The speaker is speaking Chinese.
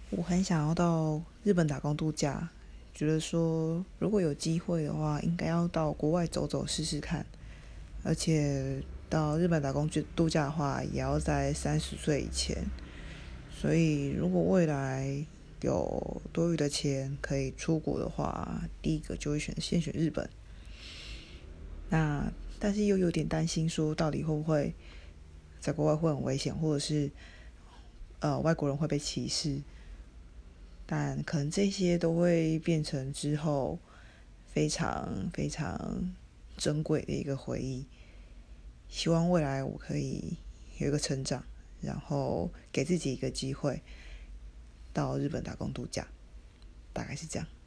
我很想要到日本打工度假，觉得说如果有机会的话，应该要到国外走走试试看。而且到日本打工度假的话，也要在30岁以前。所以如果未来有多余的钱可以出国的话，第一个就会先选日本。那但是又有点担心，说到底会不会在国外会很危险，或者是外国人会被歧视。但可能这些都会变成之后非常非常珍贵的一个回忆。希望未来我可以有一个成长，然后给自己一个机会到日本打工度假，大概是这样。